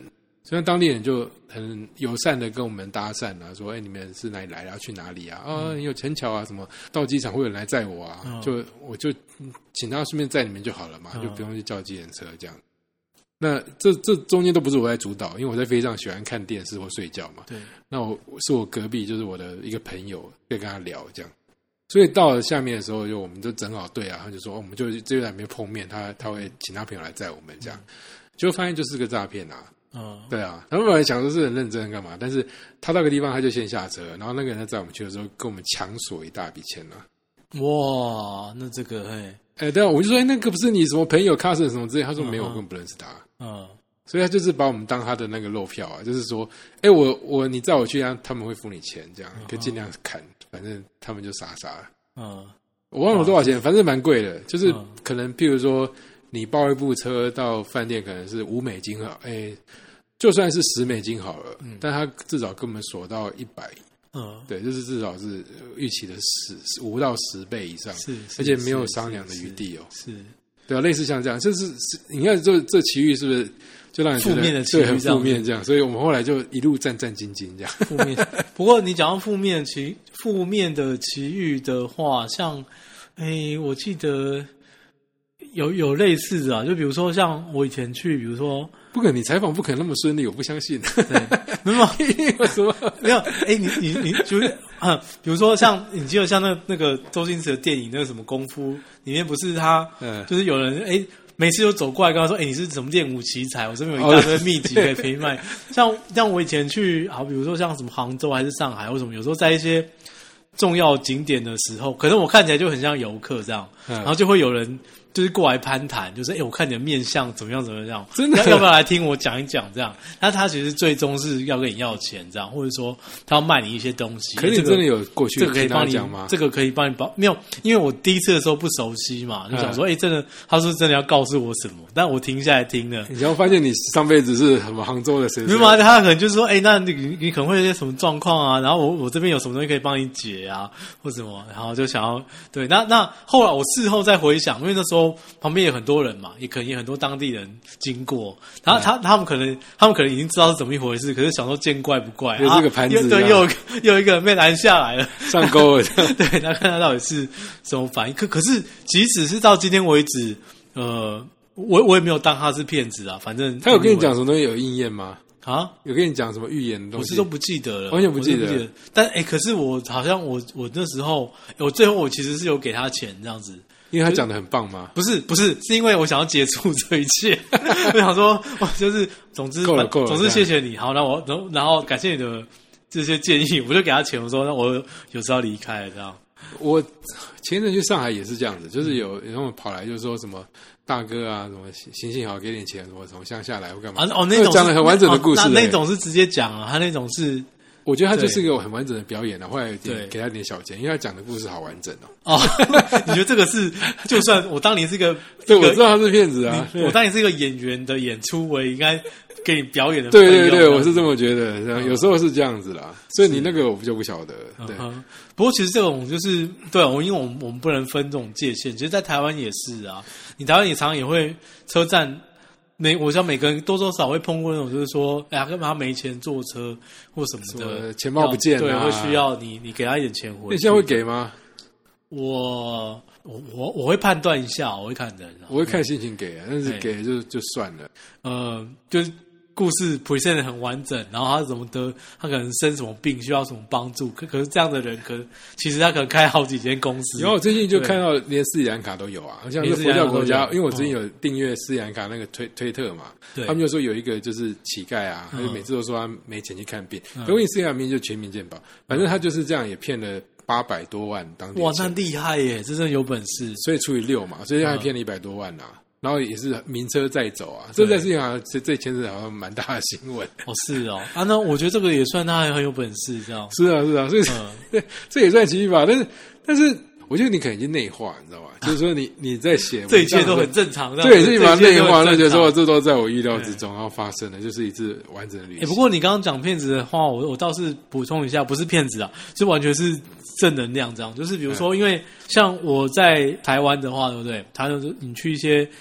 所以当地人就很友善的跟我们搭讪啊，说你们是哪里来的，要去哪里啊？你有陈桥啊，什么到机场会有人来载我啊？我就请他顺便载你们就好了嘛，就不用去叫计程车这样。那这中间都不是我在主导，因为我在飞机上喜欢看电视或睡觉嘛。对，那我隔壁就是我的一个朋友，可以跟他聊这样。所以到了下面的时候，我们就整好队啊，他就说我们就这在那边碰面，他会请他朋友来载我们这样，结果发现就是个诈骗啊。对啊，他们本来想说是很认真干嘛，但是他到个地方他就先下车，然后那个人在载我们去的时候跟我们强索一大笔钱啊。 哇，那这个对啊，我就说那个不是你什么朋友 cousin 什么之类，他说没有，我根本不认识他。所以他就是把我们当他的那个漏票啊，就是说你载我去啊，他们会付你钱这样，可以尽量砍，反正他们就傻傻了。我忘了多少钱，反正蛮贵的，就是可能譬如说你包一部车到饭店可能是$5好，就算是$10好了，但他至少跟我们锁到100。对，就是至少是预期的5到10倍以上，而且没有商量的余地哦。是，对啊，类似像这样，就是你看这奇遇是不是就让你觉得负面的奇遇， 对，很负面这样，所以我们后来就一路战战兢兢这样。 负面，不过你讲到负面的奇遇的话，像我记得有类似的啊，就比如说像我以前去，比如说。 不可能，你采访不可能那么顺利，我不相信。 对，没有什么没有。你就是比如说像你记得像那个周星驰的电影那个什么功夫里面不是他，就是有人每次都走过来跟他说，你是什么练武奇才？我这边有一大堆秘籍可以陪卖。像我以前去比如说像什么杭州还是上海或什么，有时候在一些重要景点的时候，可能我看起来就很像游客这样，然后就会有人。就是过来攀谈，就是我看你的面相怎么样怎么样，真的要不要来听我讲一讲这样？那他其实最终是要跟你要钱这样，或者说他要卖你一些东西。 可是你真的有过去这个可以帮你讲吗？ 这个可以帮你没有，因为我第一次的时候不熟悉嘛，就想说真的，他说真的要告诉我什么？但我停下来听了， 然后发现你上辈子是什么杭州的谁？ 没有嘛？他可能就是说，那你可能会有些什么状况啊？然后我这边有什么东西可以帮你解啊，或什么？然后就想要对那后来我事后再回想，因为那时候旁边有很多人嘛，也可能有很多当地人经过，然后他们可能已经知道是怎么一回事，可是想说见怪不怪， 有这个盘子， 对，又有一个人被拦下来了， 上钩了， 对，他看他到底是什么反应。可是即使是到今天为止，我也没有当他是骗子啊，反正他有跟你讲什么东西有应验吗？有跟你讲什么预言的东西？ 我是都不记得了， 完全不记得。 但可是我好像我那时候，我最后我其实是有给他钱这样子。 因为他讲的很棒吗？ 不是，是因为我想要结束这一切。我想说，就是总之够了， 总之谢谢你。好，然后感谢你的这些建议，我就给他钱。我说，那我有时候要离开了这样。 我前阵去上海也是这样子，就是有人跑来就说什么大哥啊，什么行行好，给点钱，什么从乡下来或干嘛。 那种讲了很完整的故事。 那种是直接讲啊，他那种是。 我觉得他就是一个很完整的表演后来给他一点小钱，因为他讲的故事好完整你觉得这个是就算我当年是个对，我知道他是骗子啊， 我当年是一个演员的演出，我也应该给你表演的对，我是这么觉得，有时候是这样子啦，所以你那个我就不晓得。对， 不过其实这种就是对因为我们不能分这种界限，其实在台湾也是啊，你台湾也常常也会车站。我想每个人多多少少会碰过那种，就是说，干嘛他没钱坐车或什么的， 钱包不见了， 对，会需要你给他一点钱回去。 你现在会给吗？ 我会判断一下，我会看人， 我会看心情给但是给就算了。 就是故事 present 得很完整，然后他怎么得，他可能生什么病，需要什么帮助。可是这样的人，其实他可能开好几间公司。 然后我最近就看到连斯里兰卡都有啊，好像是佛教国家，因为我最近有订阅斯里兰卡那个推特嘛，他们就说有一个就是乞丐啊，他就每次都说他没钱去看病，因为斯里兰卡就全民健保，反正他就是这样也骗了800多万当地。 哇，那厉害耶，真的有本事。 所以除以6嘛，所以他还骗了100多万啊。然后也是名车在走啊，这件事情好像这前阵好像蛮大的新闻。 是哦，那我觉得这个也算他很有本事，这样。 是啊，所以这也算奇遇吧。但是我觉得你可能已经内化，你知道吗？就是说你在写这一切都很正常， 对，是把内化，那就说这都在我意料之中，然后发生的就是一次完整的旅行。 不过你刚刚讲骗子的话，我倒是补充一下，不是骗子啊，是完全是正能量这样。就是比如说，因为像我在台湾的话，对不对？他就是你去一些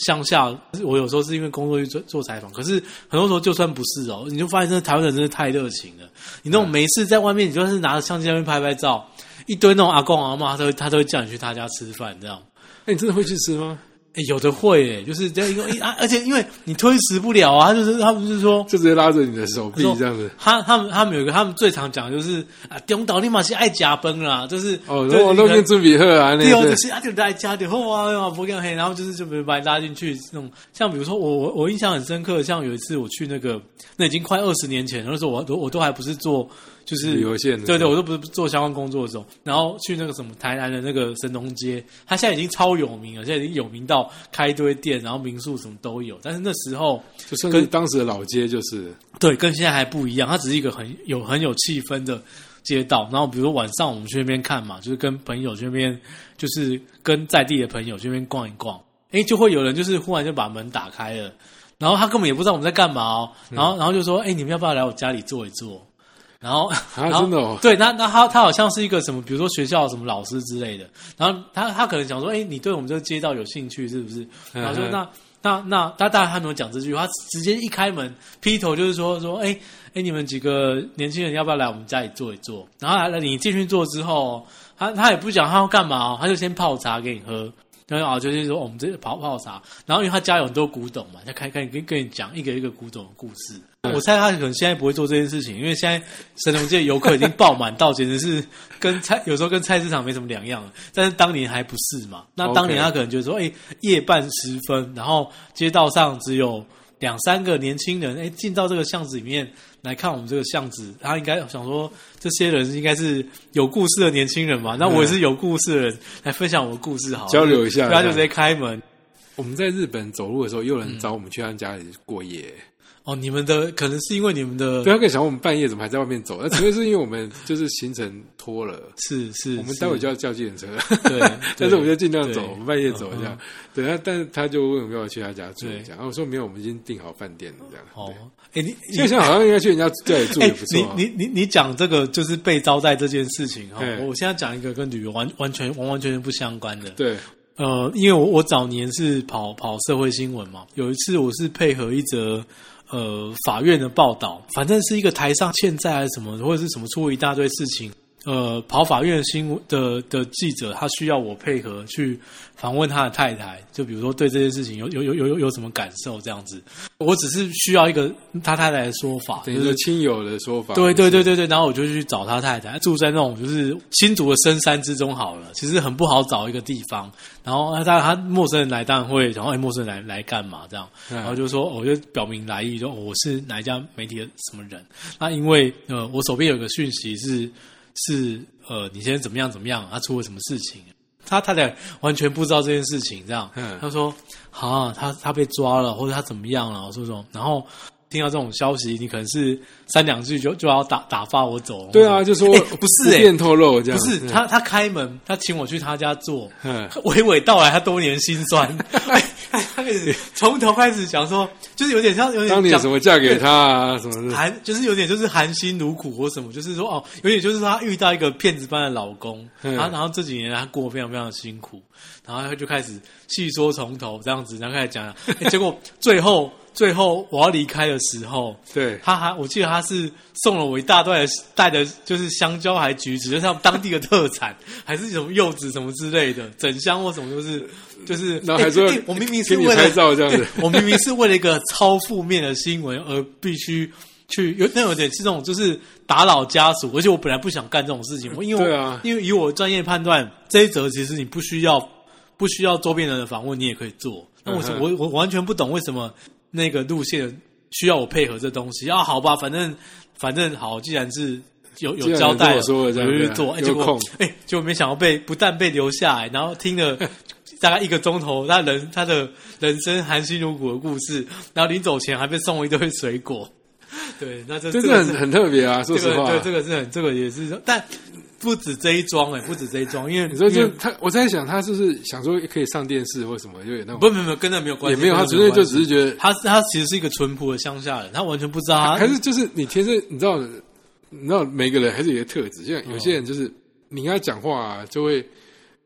乡下，我有时候是因为工作去做采访，可是很多时候就算不是你就发现真的台湾人真的太热情了。你那种没事在外面，你就是拿着相机在那边拍拍照，一堆那种阿公阿嬷，他都会叫你去他家吃饭，这样。 你真的会去吃吗？ 有的会就是这样而且因为你推迟不了啊，他们就是说， 就直接拉着你的手臂这样子。 他们有一个他们最常讲的就是中岛立马是爱加崩啦，就是我都跟准备好啊，那个就是就来加点后啊，不干黑，然后就把你拉进去那种。像比如说我印象很深刻，像有一次我去那已经快20年前，那时候我都还不是做。就是旅游线的， 对，我都不是做相关工作的时候，然后去那个什么台南的那个神农街，它现在已经超有名了，现在已经有名到开一堆店，然后民宿什么都有。但是那时候就算是当时的老街，就是对，跟现在还不一样，它只是一个很有气氛的街道。然后比如说晚上我们去那边看嘛，就是跟朋友去那边，就是跟在地的朋友去那边逛一逛，就会有人就是忽然就把门打开了，然后他根本也不知道我们在干嘛然后就说，你们要不要来我家里坐一坐？然后真的对，那他好像是一个什么，比如说学校什么老师之类的，然后他可能想说，你对我们这个街道有兴趣是不是？然后说那他当然他没有讲这句话，他直接一开门劈头就是说，你们几个年轻人要不要来我们家里坐一坐？然后你进去坐之后，他也不讲他要干嘛他就先泡茶给你喝。然后就是说我们这泡茶，然后因为他家有很多古董嘛，他开跟你讲一个一个古董的故事。我猜他可能现在不会做这件事情，因为现在神农街游客已经爆满到简直是有时候跟菜市场没什么两样了。但是当年还不是嘛？那当年他可能就是说，夜半时分，然后街道上只有2-3个年轻人，进到这个巷子里面来看我们这个巷子，他应该想说，这些人应该是有故事的年轻人嘛？那我也是有故事的人，来分享我的故事好了， 交流一下。 他就直接开门。 我们在日本走路的时候，又有人找我们去他家里过夜。 你们的可能是因为你们的， 对，他可以想我们半夜怎么还在外面走，那纯粹是因为我们就是行程拖了， 是， 我们待会就要叫计程车， 对， 但是我们就尽量走，我们半夜走这样，对，但是他就问我们要不要去他家住这样，然后我说没有，我们已经订好饭店了这样。 你现在好像应该去人家家里住也不错。 你讲这个就是被招待这件事情我现在讲一个跟旅游完全不相关的， 对。 因为我早年是跑社会新闻嘛，有一次我是配合一则法院的报道，反正是一个台上欠债还是什么，或者是什么出了一大堆事情。跑法院的新闻的记者，他需要我配合去访问他的太太，就比如说对这件事情有什么感受这样子。我只是需要一个他太太的说法， 等于说亲友的说法。 对，然后我就去找他太太，住在那种就是新竹的深山之中好了，其实很不好找一个地方。然后他陌生人来当然会想，陌生人来干嘛这样？然后就说我就表明来意，说我是哪一家媒体的什么人。那因为我手边有个讯息是你现在怎么样？他出了什么事情？他太太完全不知道这件事情，这样，他说他被抓了，或者他怎么样了，说什么，然后听到这种消息，你可能是3两句就要打发我走。 对啊，就说不是便透露这样， 不是他开门，他请我去他家坐，娓娓道来他多年辛酸。他开始从头开始讲说，就是有点当年什么嫁给他啊什么的， 就是有点就是含辛茹苦或什么，就是说有点就是说他遇到一个骗子般的老公，然后这几年他过得非常非常的辛苦，然后他就开始细说从头这样子，然后开始讲，结果最后我要离开的时候， 对， 我记得他是送了我一大袋的就是香蕉还橘子，就是他们当地的特产，还是什么柚子什么之类的，整箱或什么就是，然后还说我明明是为了拍照这样子， 我明明是为了一个超负面的新闻而必须去有点是那种就是打扰家属，而且我本来不想干这种事情，因为以我专业判断，这一则其实你不需要周边人的访问，你也可以做。那我完全不懂为什么那个路线需要我配合这东西啊？好吧，反正好，既然是有交代了，我就去做。结果没想到不但被留下来，然后听了大概1个钟头他的人生含辛茹苦的故事，然后临走前还被送了一堆水果。对，那这个很特别啊，说实话， 对，这个也是，但不止这一桩不止这一桩，因为你说我在想他是不是想说可以上电视或什么，就有那种不跟那没有关系， 也没有，他纯粹就只是觉得他其实是一个淳朴的乡下人，他完全不知道还是就是你天生你知道每个人还是有一个特质，像有些人就是你跟他讲话就会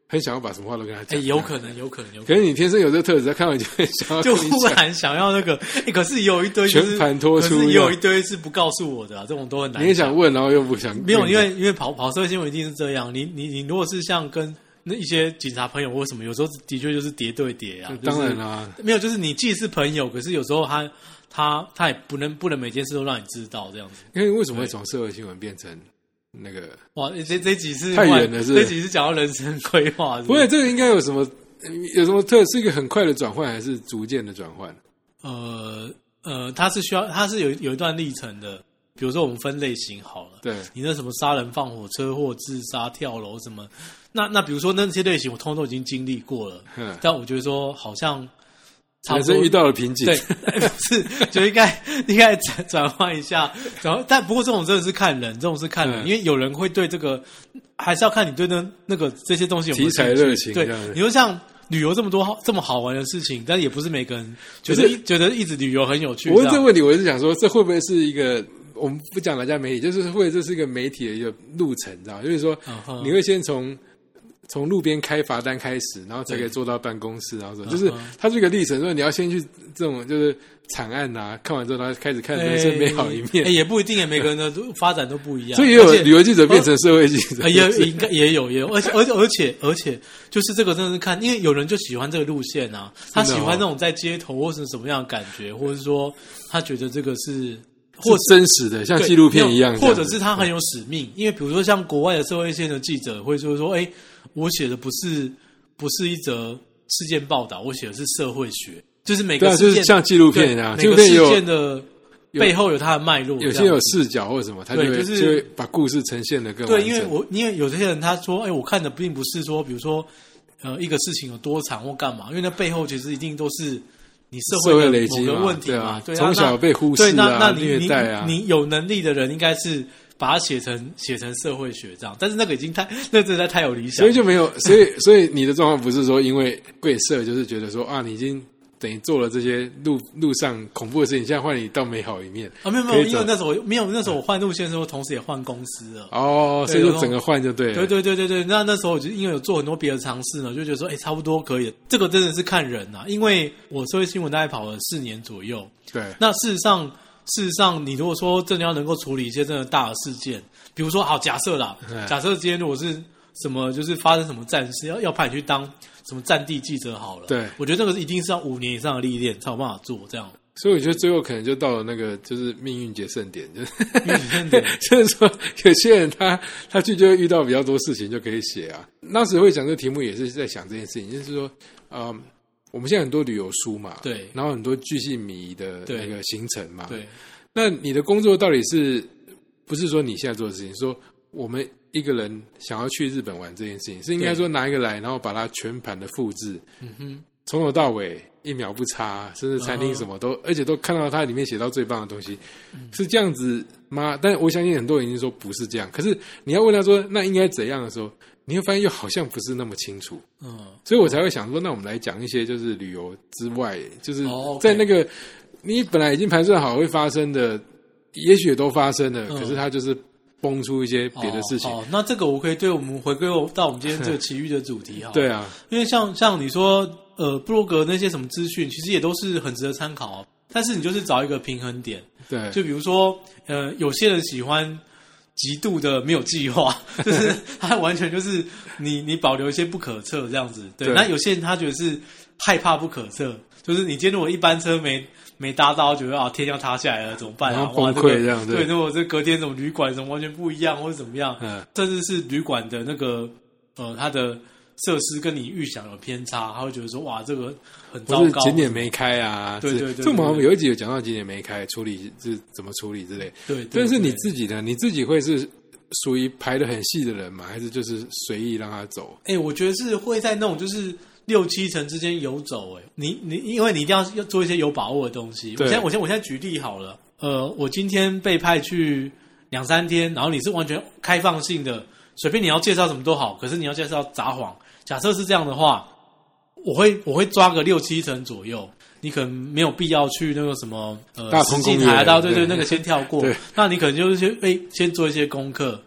很想要把什么话都跟他讲。 有可能。 可是你天生有这个特质，他看到你就会想要跟你讲， 就忽然想要那个。可是也有一堆就是全盘托出， 可是也有一堆是不告诉我的这种都很难。 你也想问，然后又不想。 没有，因为跑社会新闻一定是这样。你如果是像跟那一些警察朋友或什么，有时候的确就是叠对叠啊。 当然啦， 没有，就是你既是朋友，可是有时候他也不能每件事都让你知道这样子。 因为为什么会从社会新闻变成那个？ 哇，这集是太远了， 这集是讲到人生规划。 不会，这个应该有什么是一个很快的转换，还是逐渐的转换？ 它是有一段历程的。比如说我们分类型好了， 对， 你那什么杀人、放火、车祸、自杀、跳楼什么，那比如说那些类型我通通都已经经历过了，但我觉得说好像人生遇到了瓶颈， 对，是就应该转换一下，但不过这种真的是看人，因为有人会对这个还是要看你对那个这些东西有没有题材热情， 对，你说像旅游这么好玩的事情，但也不是每个人觉得一直旅游很有趣。 我问这个问题，我是想说，这会不会是一个？我们不讲哪家媒体，就是这是一个媒体的一个路程，知道？就是说，你会先从路边开罚单开始，然后才可以做到办公室，然后就是它是一个历程，说你要先去这种就是惨案啊，看完之后他开始看人生美好一面， 也不一定，每个人的发展都不一样， 所以也有旅游记者变成社会记者， 也有，而且就是这个真的是看，因为有人就喜欢这个路线啊，他喜欢那种在街头或是什么样的感觉，或者说他觉得这个是真实的，像纪录片一样， 或者是他很有使命。因为比如说像国外的社会线的记者会说，我写的不是一则事件报道，我写的是社会学，就是每个事件， 就是像纪录片一样， 每个事件的背后有它的脉络， 有些有视角或什么，他就会把故事呈现的更完整。 对，因为有些人他说，我看的并不是说，比如说一个事情有多长或干嘛，因为那背后其实一定都是。你社会累积某个问题嘛，对啊， 从小被忽视啊， 那虐待啊， 你有能力的人应该是把它写成社会学这样，但是那个已经那真的太有理想， 所以就没有，所以你的状况不是说因为贵社，就是觉得说啊，你已经等于做了这些路上恐怖的事情，现在换你到美好一面啊，没有，因为那时候我换路线的时候，同时也换公司了所以就整个换就对了， 对，那时候我就因为有做很多别的尝试呢，就觉得说差不多可以了。这个真的是看人啊，因为我社会新闻大概跑了4年左右， 对， 那事实上你如果说真的要能够处理一些真的大的事件，比如说好假设今天如果是什么就是发生什么战事，要派你去当什么战地记者好了， 对， 我觉得这个一定是要5年以上的历练才有办法做这样。 所以我觉得最后可能就到了那个就是命运决胜点，就是说有些人他去就会遇到比较多事情就可以写啊。那时会讲这个题目也是在想这件事情，就是说我们现在很多旅游书嘛， 对， 然后很多巨细靡遗的那个行程嘛， 对。 那你的工作到底不是说你现在做的事情，说我们一个人想要去日本玩这件事情，是应该说拿一个来，然后把它全盘的复制，从头到尾1秒不差，甚至餐厅什么都，而且都看到它里面写到最棒的东西，是这样子吗？但我相信很多人已经说不是这样，可是你要问他说那应该怎样的时候，你会发现又好像不是那么清楚，所以我才会想说，那我们来讲一些就是旅游之外，就是在那个你本来已经盘算好会发生的，也许也都发生了，可是它就是蹦出一些别的事情。 那这个我可以对我们回归到我们今天这个奇遇的主题哈。 对啊， 因为像你说部落格那些什么资讯，其实也都是很值得参考，但是你就是找一个平衡点。 对， 就比如说有些人喜欢极度的没有计划，就是他完全就是你保留一些不可测这样子。对，那有些人他觉得是害怕不可测，就是你今天如果一班车没搭到，觉得天要塌下来了怎么办啊？ 崩溃这样对，如果这隔天什么旅馆什么完全不一样或者怎么样，甚至是旅馆的那个它的设施跟你预想有偏差，他会觉得说哇这个很糟糕， 景点没开啊， 对， 这我们有一集有讲到景点没开处理是怎么处理之类， 对， 但是你自己呢？你自己会是属于排得很细的人吗？还是就是随意让他走？ 我觉得是会在那种就是6-7成之间游走。你因为你一定要做一些有把握的东西。我现在举例好了，我今天被派去2-3天，然后你是完全开放性的，随便你要介绍什么都好，可是你要介绍撒谎。假设是这样的话，我会抓个6-7成左右。你可能没有必要去那个什么大同公园台对那个先跳过。那你可能就是先做一些功课，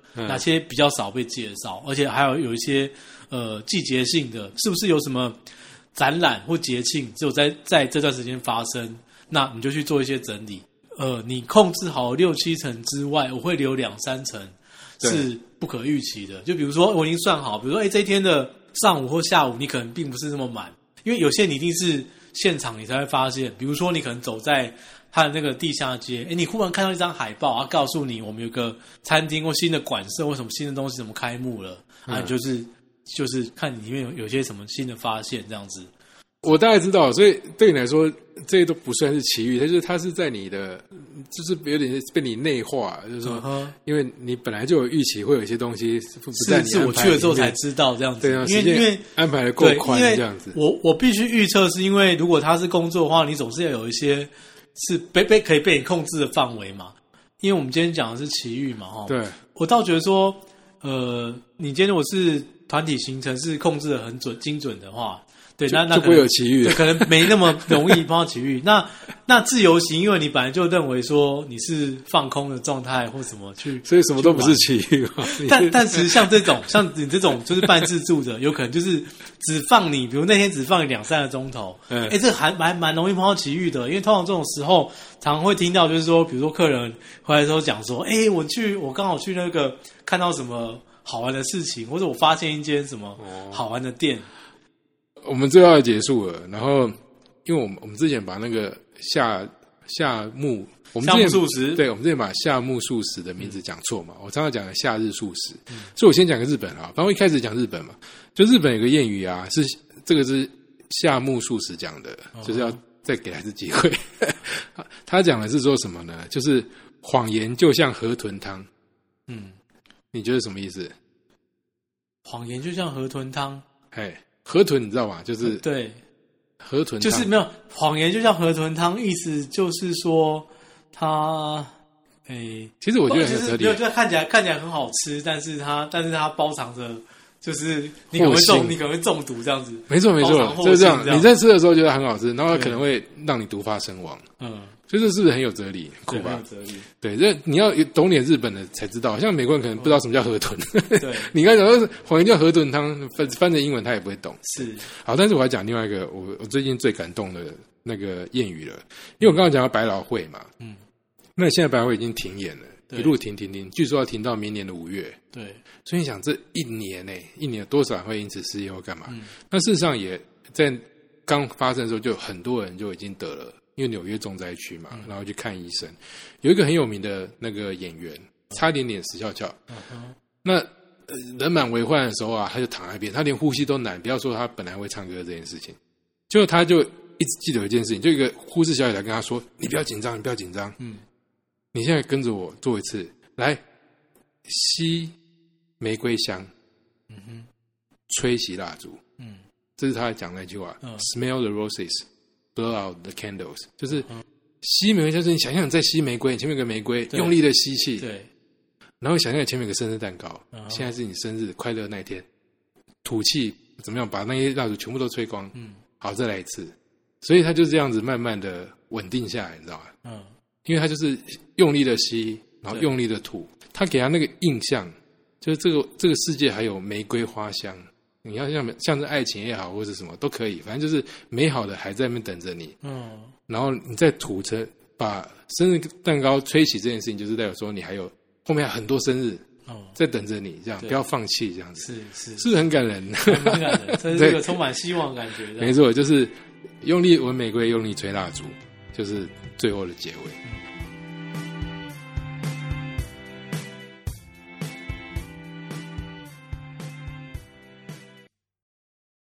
哪些比较少被介绍，而且还有一些季节性的，是不是有什么展览或节庆只有在这段时间发生，那你就去做一些整理。你控制好6-7成之外，我会留2-3成是不可预期的。就比如说我已经算好，比如说这一天的上午或下午你可能并不是那么满，因为有些你一定是现场你才会发现，比如说你可能走在它的那个地下街，你忽然看到一张海报，告诉你我们有个餐厅或新的馆舍或什么新的东西怎么开幕了，你就是看里面有些什么新的发现这样子。 我大概知道，所以对你来说，这些都不算是奇遇，它是在你的，就是有点被你内化，就是说，因为你本来就有预期会有一些东西不在你安排里面， 是我去了之后才知道这样子， 对啊， 因为安排的够宽这样子。 我必须预测，是因为如果他是工作的话，你总是要有一些是可以被你控制的范围嘛。因为我们今天讲的是奇遇嘛，哈。 对， 我倒觉得说，你今天如果是团体行程是控制的很精准的话。对，那就不会有奇遇， 可能没那么容易碰到奇遇。那自由行，因为你本来就认为说你是放空的状态或什么去， 所以什么都不是奇遇嘛。 但其实像你这种就是半自助的，有可能就是只放你，比如那天只放你2-3个钟头，这还蛮容易碰到奇遇的，因为通常这种时候常会听到就是说，比如说客人回来的时候讲说，我刚好去那个看到什么好玩的事情，或者我发现一间什么好玩的店。 我们最后要结束了，然后因为我们之前把那个夏目漱石，对，我们之前把夏目漱石的名字讲错嘛，我常常讲的夏日漱石，所以我先讲个日本啊，刚刚一开始讲日本嘛，就日本有个谚语啊，这个是夏目漱石讲的，就是要再给他一次机会。他讲的是说什么呢？就是谎言就像河豚汤。你觉得什么意思？ 谎言就像河豚汤， 河豚你知道吧？就是对， 河豚汤就是没有谎言就像河豚汤，意思就是说它， 其实我觉得很合理， 就看起来很好吃，但是它包藏着就是你可能会中毒这样子。 没错，就是这样。你在吃的时候觉得很好吃，然后可能会让你毒发身亡。所以这是不是很有哲理？酷吧？很有哲理。对，这你要懂点日本的才知道，像美国人可能不知道什么叫河豚。对，你刚才讲说谎言叫河豚汤，翻成英文他也不会懂。是。好，但是我要讲另外一个我最近最感动的那个谚语了，因为我刚刚讲到百老汇嘛，那现在百老汇已经停演了，一路停，据说要停到明年的5月。对，所以你想这一年有多少人会因此失业或干嘛？那事实上也在刚发生的时候，就很多人就已经得了。因为纽约重灾区嘛，然后去看医生，有一个很有名的那个演员，差一点点死翘翘。那人满为患的时候啊，他就躺在那边，他连呼吸都难，不要说他本来会唱歌这件事情。结果他就一直记得一件事情，就一个护士小姐来跟他说：“你不要紧张，你不要紧张，你现在跟着我做一次，来吸玫瑰香，吹熄蜡烛。”这是他讲那句话：“Smell the roses。”Blow out the candles， 就是吸玫瑰香，就是你想象你在吸玫瑰，你前面有个玫瑰，用力的吸气，对，然后想象你前面有个生日蛋糕，现在是你生日快乐那一天，吐气怎么样，把那些蜡烛全部都吹光，好，再来一次，所以他就这样子慢慢的稳定下来，你知道吗？因为他就是用力的吸，然后用力的吐，他给他那个印象，就是这个世界还有玫瑰花香。你要像是爱情也好，或是什么都可以，反正就是美好的还在那边等着你。然后你再把生日蛋糕吹起这件事情，就是代表说你还有后面还有很多生日在等着你，这样不要放弃，这样子是不是很感人？ 很感人，这是一个充满希望的感觉。 没错，就是用力闻玫瑰，用力吹蜡烛，就是最后的结尾。